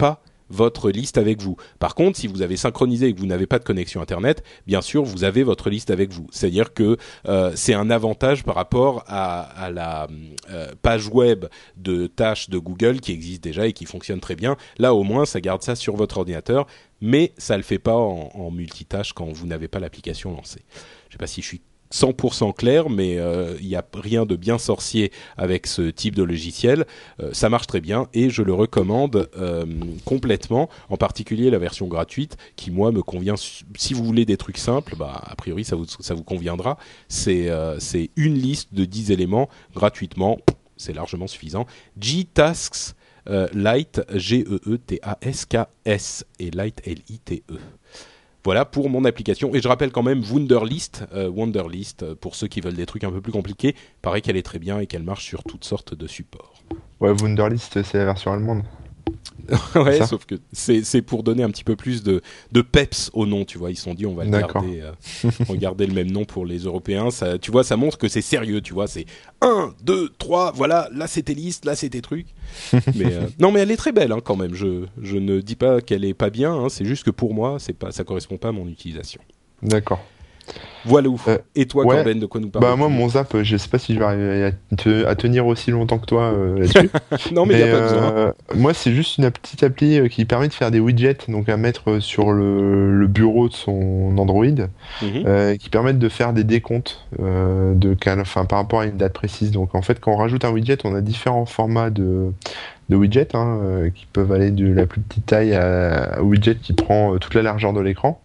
A: votre liste avec vous. Par contre, si vous avez synchronisé et que vous n'avez pas de connexion Internet, bien sûr, vous avez votre liste avec vous. C'est-à-dire que euh, c'est un avantage par rapport à, à la euh, page web de tâches de Google qui existe déjà et qui fonctionne très bien. Là, au moins, ça garde ça sur votre ordinateur, mais ça le fait pas en, en multitâche quand vous n'avez pas l'application lancée. Je sais pas si je suis cent pour cent clair, mais il euh, n'y a rien de bien sorcier avec ce type de logiciel. Euh, ça marche très bien et je le recommande euh, complètement, en particulier la version gratuite qui, moi, me convient. Si vous voulez des trucs simples, bah, a priori, ça vous, ça vous conviendra. C'est, euh, c'est une liste de dix éléments gratuitement. C'est largement suffisant. G-Tasks euh, Lite, G E E T A S K S et Lite, L I T E. Voilà pour mon application. Et je rappelle quand même Wunderlist, euh, Wunderlist, euh, pour ceux qui veulent des trucs un peu plus compliqués. Paraît qu'elle est très bien et qu'elle marche sur toutes sortes de supports.
B: Ouais, Wunderlist, c'est la version allemande.
A: Ouais, sauf que c'est, c'est pour donner un petit peu plus de, de peps au nom, tu vois. Ils se sont dit, on va le garder, euh, on va garder le même nom pour les Européens. Ça, tu vois, ça montre que c'est sérieux, tu vois. C'est un, deux, trois, voilà, là c'est tes listes, là c'est tes trucs. Mais, euh, non, mais elle est très belle hein, quand même. Je, je ne dis pas qu'elle est pas bien, hein, c'est juste que pour moi, c'est pas, ça correspond pas à mon utilisation.
B: D'accord.
A: Voilà. Euh, Et toi,
B: ouais.
A: Corben, de quoi nous parles?
B: Bah moi, mon zap, je sais pas si je vais arriver à, te, à tenir aussi longtemps que toi euh, là-dessus.
A: Non, mais il n'y a pas besoin.
B: Euh, moi, c'est juste une petite appli qui permet de faire des widgets, donc à mettre sur le, le bureau de son Android, mm-hmm. euh, qui permettent de faire des décomptes euh, de, enfin, par rapport à une date précise. Donc en fait, quand on rajoute un widget, on a différents formats de de widgets hein, euh, qui peuvent aller de la plus petite taille à, à widget qui prend euh, toute la largeur de l'écran.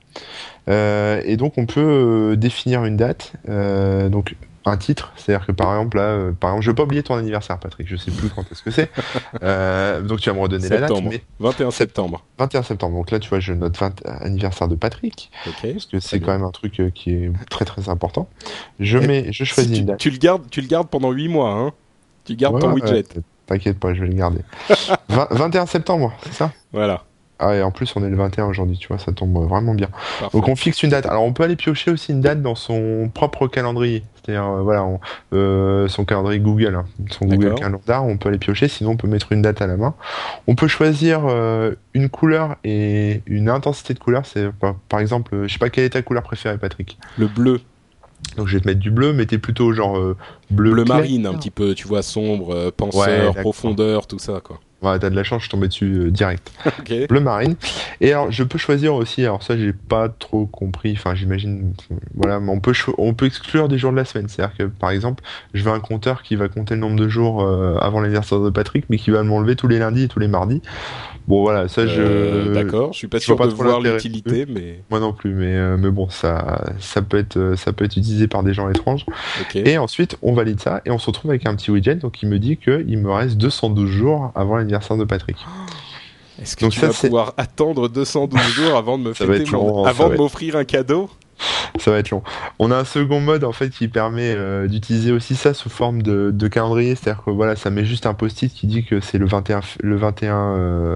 B: Euh, et donc on peut euh, définir une date, euh, donc un titre, c'est-à-dire que par exemple là, euh, par exemple, je vais pas oublier ton anniversaire, Patrick, je sais plus quand est-ce que c'est, euh, donc tu vas me redonner
A: septembre.
B: la date, mais
A: vingt et un septembre.
B: vingt et un septembre. Donc là, tu vois, je note vingt anniversaire de Patrick,
A: okay,
B: parce que c'est quand même un truc euh, qui est très très important. Je et mets, je choisis
A: si tu,
B: une date.
A: Tu le gardes, tu le gardes pendant huit mois, hein. Tu gardes
B: ouais,
A: ton widget.
B: Ouais, t'inquiète pas, je vais le garder. vingt, vingt et un septembre, c'est ça?
A: Voilà.
B: Ah, et en plus, on est le vingt et un aujourd'hui, tu vois, ça tombe vraiment bien.
A: Parfait.
B: Donc, on fixe une date. Alors, on peut aller piocher aussi une date dans son propre calendrier. C'est-à-dire, euh, voilà, on, euh, son calendrier Google, hein, son D'accord. Google Calendar, on peut aller piocher, sinon on peut mettre une date à la main. On peut choisir euh, une couleur et une intensité de couleur. C'est, par, par exemple, je sais pas, quelle est ta couleur préférée, Patrick?
A: Le bleu.
B: Donc je vais te mettre du bleu, mais t'es plutôt genre euh, bleu
A: bleu
B: clair.
A: marine, un petit peu, tu vois, sombre, euh, penseur, ouais, profondeur, tout ça, quoi.
B: Ouais, t'as de la chance, je suis tombé dessus euh, direct.
A: Okay.
B: Bleu marine. Et alors, je peux choisir aussi, alors ça, j'ai pas trop compris, enfin, j'imagine, voilà, mais on peut, cho- on peut exclure des jours de la semaine. C'est-à-dire que, par exemple, je veux un compteur qui va compter le nombre de jours euh, avant l'anniversaire de Patrick, mais qui va m'enlever tous les lundis et tous les mardis. Bon, voilà, ça, je...
A: Euh, d'accord, je suis pas
B: je
A: sûr
B: pas
A: de voir l'utilité, mais...
B: Moi non plus, mais, euh, mais bon, ça, ça peut être, ça peut être utilisé par des gens étranges.
A: Okay.
B: Et ensuite, on valide ça, et on se retrouve avec un petit widget, donc il me dit qu'il me reste deux cent douze jours avant l'anniversaire de Patrick.
A: Est-ce que donc tu ça, vas c'est... pouvoir attendre deux cent douze jours avant de me fêter mon... avant de m'offrir un cadeau?
B: Ça va être long. On a un second mode en fait qui permet euh, d'utiliser aussi ça sous forme de, de calendrier, c'est-à-dire que voilà, ça met juste un post-it qui dit que c'est le vingt et un le vingt et un euh...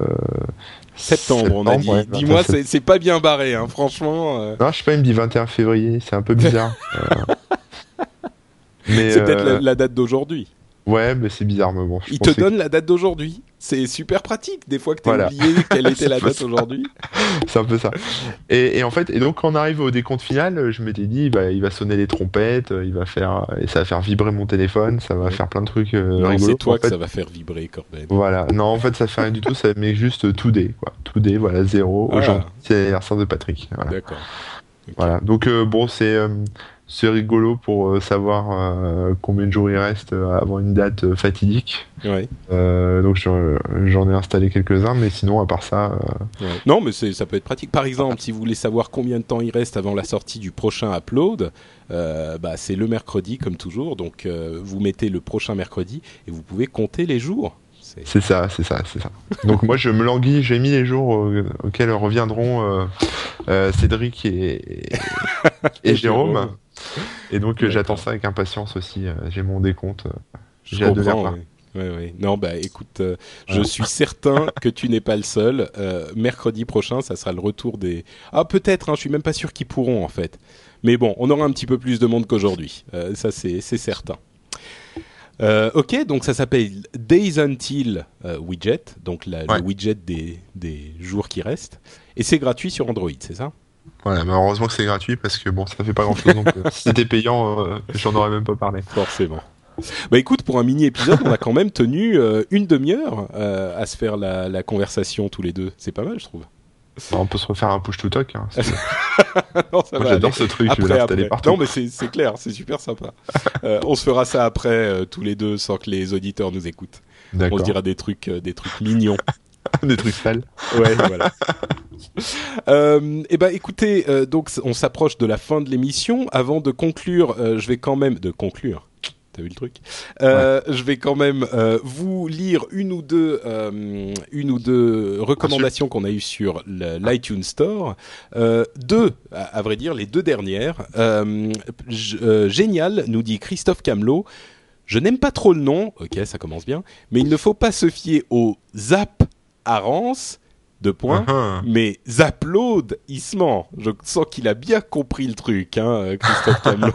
A: septembre, septembre, on a dit. Ouais, dis-moi, c'est, c'est pas bien barré, hein, franchement. Euh...
B: Non, je sais pas, il me dit vingt et un février, c'est un peu bizarre. euh...
A: mais c'est euh... peut-être la, la date d'aujourd'hui.
B: Ouais, mais c'est bizarre, mais bon. Je
A: il te donne que... la date d'aujourd'hui. C'est super pratique, des fois que t'as voilà. oublié quelle était la date aujourd'hui.
B: C'est un peu ça. Et, et en fait, et donc quand on arrive au décompte final, je m'étais dit, bah, il va sonner les trompettes, il va faire, et ça va faire vibrer mon téléphone, ça va ouais. faire plein de trucs euh,
A: non,
B: rigolos.
A: C'est toi
B: en
A: que
B: fait.
A: ça va faire vibrer, Corben.
B: Voilà. Non, en fait, ça fait rien du tout, ça met juste tout day, quoi. Tout day, voilà, zéro. Ah. Aujourd'hui, c'est l'anniversaire de Patrick. Voilà.
A: D'accord. Okay.
B: Voilà. Donc, euh, bon, c'est... Euh, c'est rigolo pour euh, savoir euh, combien de jours il reste euh, avant une date euh, fatidique.
A: Ouais.
B: Euh, donc j'en, j'en ai installé quelques-uns, mais sinon à part ça. Euh...
A: Ouais. Non, mais c'est, ça peut être pratique. Par exemple, si vous voulez savoir combien de temps il reste avant la sortie du prochain upload, euh, bah c'est le mercredi comme toujours. Donc euh, vous mettez le prochain mercredi et vous pouvez compter les jours.
B: C'est... c'est ça, c'est ça, c'est ça. Donc moi je me languis, j'ai mis les jours euh, auxquels reviendront euh, euh, Cédric et, et, et Jérôme. Jérôme. Et donc euh, j'attends ça avec impatience aussi. Euh, j'ai mon décompte. Euh, j'ai hâte de lire ça.
A: Ouais, ouais. Non, bah écoute, euh, je suis certain que tu n'es pas le seul. Euh, mercredi prochain, ça sera le retour des. Ah peut-être. Hein, je suis même pas sûr qu'ils pourront en fait. Mais bon, on aura un petit peu plus de monde qu'aujourd'hui. Euh, ça c'est c'est certain. Euh, ok, donc ça s'appelle Days Until euh, Widget, donc la,
B: Ouais.
A: le widget des, des jours qui restent. Et c'est gratuit sur Android, c'est ça?
B: Voilà, mais heureusement que c'est gratuit parce que bon, ça fait pas grand chose. Donc, euh, si c'était payant, euh, j'en aurais même pas parlé.
A: Forcément. Bah écoute, pour un mini-épisode, on a quand même tenu euh, une demi-heure euh, à se faire la, la conversation tous les deux. C'est pas mal, je trouve.
B: Bah, on peut se refaire un push to talk. Hein. C'est-
A: Non, ça
B: Moi,
A: va
B: j'adore
A: aller.
B: ce truc, je
A: Après,
B: vais l'installer
A: après.
B: partout.
A: Non, mais c'est, c'est clair, c'est super sympa. Euh, on se fera ça après, euh, tous les deux, sans que les auditeurs nous écoutent. On
B: D'accord.
A: se dira des trucs, euh, des trucs mignons.
B: Des trucs sales.
A: Ouais, voilà. Euh, eh ben, écoutez, euh, donc on s'approche de la fin de l'émission. Avant de conclure, euh, je vais quand même de conclure. T'as vu le truc? Euh, ouais. Je vais quand même euh, vous lire une ou deux, euh, une ou deux recommandations qu'on a eues sur le, l'iTunes Store. Euh, deux, à, à vrai dire, les deux dernières. Euh, j- euh, génial, nous dit Christophe Camelot. Je n'aime pas trop le nom. Ok, ça commence bien. Mais il ne faut pas se fier au Zap Arance. Deux points, uh-huh. Mais Zapload, il se ment. Je sens qu'il a bien compris le truc, hein, Christophe Camelot.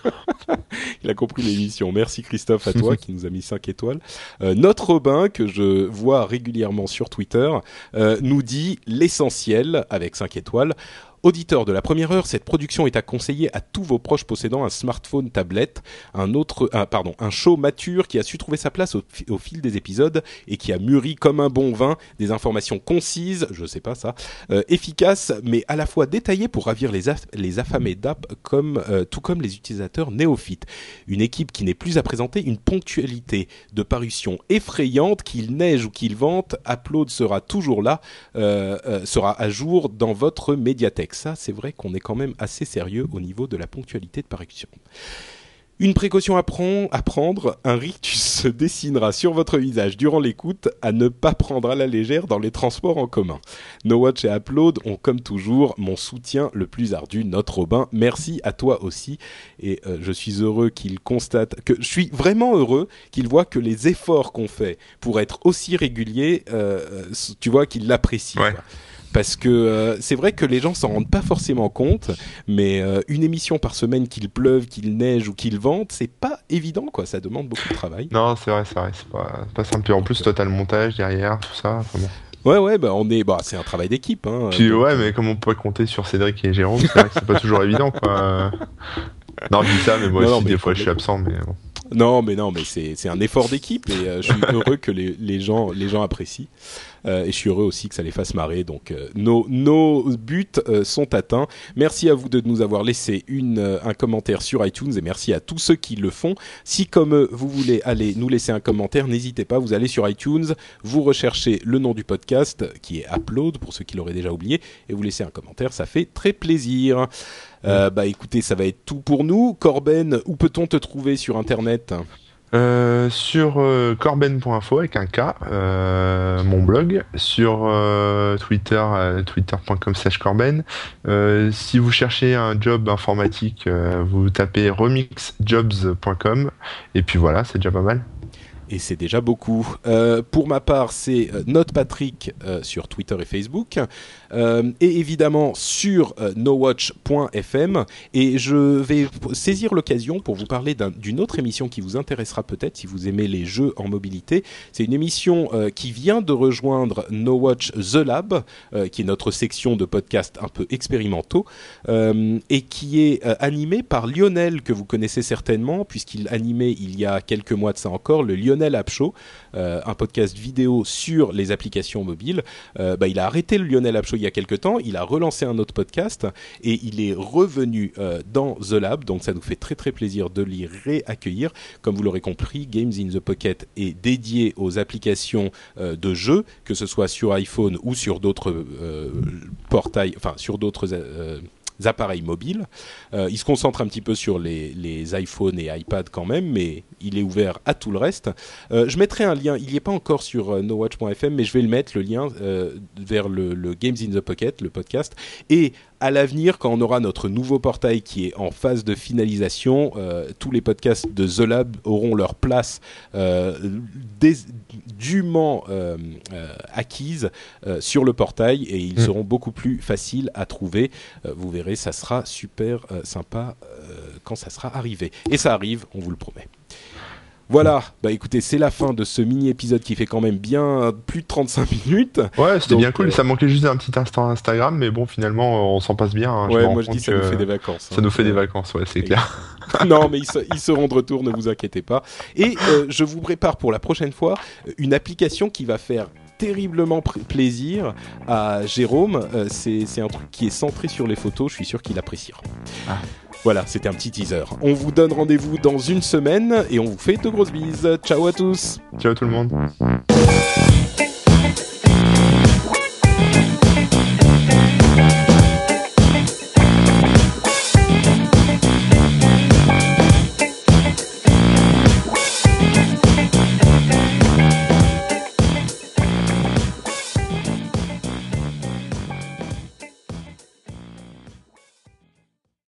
A: Il a compris l'émission. Merci Christophe à toi qui nous a mis cinq étoiles. Euh, notre Robin, que je vois régulièrement sur Twitter, euh, nous dit l'essentiel avec cinq étoiles. Auditeur de la première heure, cette production est à conseiller à tous vos proches possédant un smartphone, tablette, un autre, un, pardon, un show mature qui a su trouver sa place au, au fil des épisodes et qui a mûri comme un bon vin, des informations concises, je sais pas ça, euh, efficaces, mais à la fois détaillées pour ravir les, aff- les affamés d'app, comme, euh, tout comme les utilisateurs néophytes. Une équipe qui n'est plus à présenter, une ponctualité de parution effrayante, qu'il neige ou qu'il vente, Upload sera toujours là, euh, euh, sera à jour dans votre médiathèque. Ça, c'est vrai qu'on est quand même assez sérieux au niveau de la ponctualité de parution. Une précaution à, prend, à prendre, un rictus se dessinera sur votre visage durant l'écoute à ne pas prendre à la légère dans les transports en commun. No Watch et Upload ont comme toujours mon soutien le plus ardu, notre Robin. Merci à toi aussi et euh, je suis heureux qu'il constate, que je suis vraiment heureux qu'il voit que les efforts qu'on fait pour être aussi réguliers, euh, tu vois, qu'il l'apprécie.
B: Ouais.
A: Quoi. Parce que euh, c'est vrai que les gens s'en rendent pas forcément compte, mais euh, une émission par semaine, qu'il pleuve, qu'il neige ou qu'il vente, c'est pas évident, quoi. Ça demande beaucoup de travail.
B: Non, c'est vrai, c'est vrai, c'est pas, c'est pas simple. Et en plus, toi, t'as le montage derrière, tout ça. Enfin bon.
A: Ouais, ouais, bah on est, bah c'est un travail d'équipe. Hein,
B: Puis
A: donc...
B: ouais, mais comme on peut compter sur Cédric et Jérôme, c'est vrai que c'est pas toujours évident, quoi. Non, je dis ça, mais moi non, aussi, non, mais des fois, je suis absent, mais bon.
A: Non, mais non, mais c'est c'est un effort d'équipe et euh, je suis heureux que les les gens les gens apprécient euh, et je suis heureux aussi que ça les fasse marrer. Donc euh, nos nos buts euh, sont atteints. Merci à vous de nous avoir laissé une euh, un commentaire sur iTunes et merci à tous ceux qui le font. Si comme eux, vous voulez aller nous laisser un commentaire, n'hésitez pas. Vous allez sur iTunes, vous recherchez le nom du podcast qui est Upload pour ceux qui l'auraient déjà oublié et vous laissez un commentaire. Ça fait très plaisir. Euh, bah écoutez, ça va être tout pour nous. Corben, où peut-on te trouver sur internet ?
B: euh, Sur euh, corben point info avec un K, euh, mon blog, sur euh, Twitter, euh, twitter point com slash corben. Euh, si vous cherchez un job informatique, euh, vous tapez remix jobs point com et puis voilà, c'est déjà pas mal.
A: Et c'est déjà beaucoup. Euh, pour ma part, c'est euh, NotePatrick euh, sur Twitter et Facebook, euh, et évidemment sur euh, nowatch point f m. Et je vais saisir l'occasion pour vous parler d'un, d'une autre émission qui vous intéressera peut-être si vous aimez les jeux en mobilité. C'est une émission euh, qui vient de rejoindre NoWatch The Lab, euh, qui est notre section de podcasts un peu expérimentaux, euh, et qui est euh, animée par Lionel, que vous connaissez certainement, puisqu'il animait il y a quelques mois de ça encore, le Lionel App Show, euh, un podcast vidéo sur les applications mobiles. Euh, bah, il a arrêté le Lionel App Show il y a quelques temps, il a relancé un autre podcast et il est revenu euh, dans The Lab, donc ça nous fait très très plaisir de l'y réaccueillir. Comme vous l'aurez compris, Games in the Pocket est dédié aux applications euh, de jeux, que ce soit sur iPhone ou sur d'autres euh, portails, enfin sur d'autres euh, appareils mobiles. Euh, il se concentre un petit peu sur les, les iPhones et iPad quand même, mais il est ouvert à tout le reste. Euh, je mettrai un lien, il n'y est pas encore sur euh, nowatch point f m, mais je vais le mettre, le lien euh, vers le, le Games in the Pocket, le podcast. Et à l'avenir, quand on aura notre nouveau portail qui est en phase de finalisation, euh, tous les podcasts de The Lab auront leur place euh, dés- dûment euh, euh, acquise euh, sur le portail et ils mmh. seront beaucoup plus faciles à trouver. Euh, vous verrez, ça sera super euh, sympa euh, quand ça sera arrivé. Et ça arrive, on vous le promet. Voilà, bah écoutez, c'est la fin de ce mini-épisode qui fait quand même bien plus de trente-cinq minutes.
B: Ouais, c'était
A: Donc,
B: bien cool,
A: euh,
B: ça manquait juste d'un petit instant Instagram, mais bon, finalement, on s'en passe bien. Hein. Je me
A: Ouais,
B: rends
A: moi je
B: compte
A: dis ça nous
B: que
A: fait des vacances.
B: Ça
A: hein.
B: nous fait des
A: Euh,
B: vacances, ouais, c'est
A: et-
B: clair.
A: Non, mais ils, se- ils seront de retour, ne vous inquiétez pas. Et euh, je vous prépare pour la prochaine fois une application qui va faire terriblement pr- plaisir à Jérôme. Euh, c'est, c'est un truc qui est centré sur les photos, je suis sûr qu'il appréciera.
B: Ah.
A: Voilà, c'était un petit teaser. On vous donne rendez-vous dans une semaine et on vous fait de grosses bises. Ciao à tous.
B: Ciao tout le monde.